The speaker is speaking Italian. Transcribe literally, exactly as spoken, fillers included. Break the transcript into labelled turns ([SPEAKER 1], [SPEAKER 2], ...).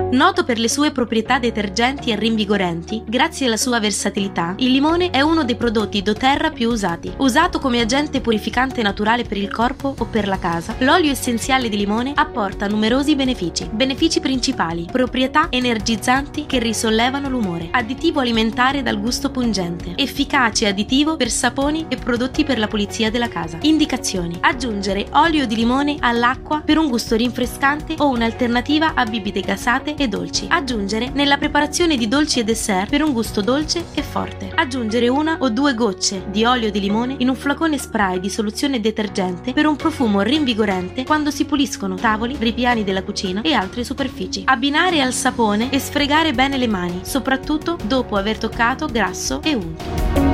[SPEAKER 1] Noto per le sue proprietà detergenti e rinvigorenti, grazie alla sua versatilità, il limone è uno dei prodotti doTERRA più usati. Usato come agente purificante naturale per il corpo o per la casa, l'olio essenziale di limone apporta numerosi benefici. Benefici principali: proprietà energizzanti che risollevano l'umore, additivo alimentare dal gusto pungente, efficace additivo per saponi e prodotti per la pulizia della casa. Indicazioni: aggiungere olio di limone all'acqua per un gusto rinfrescante o un'alternativa a bibite gasate e dolci. Aggiungere nella preparazione di dolci e dessert per un gusto dolce e forte. Aggiungere una o due gocce di olio di limone in un flacone spray di soluzione detergente per un profumo rinvigorente quando si puliscono tavoli, ripiani della cucina e altre superfici. Abbinare al sapone e sfregare bene le mani, soprattutto dopo aver toccato grasso e unto.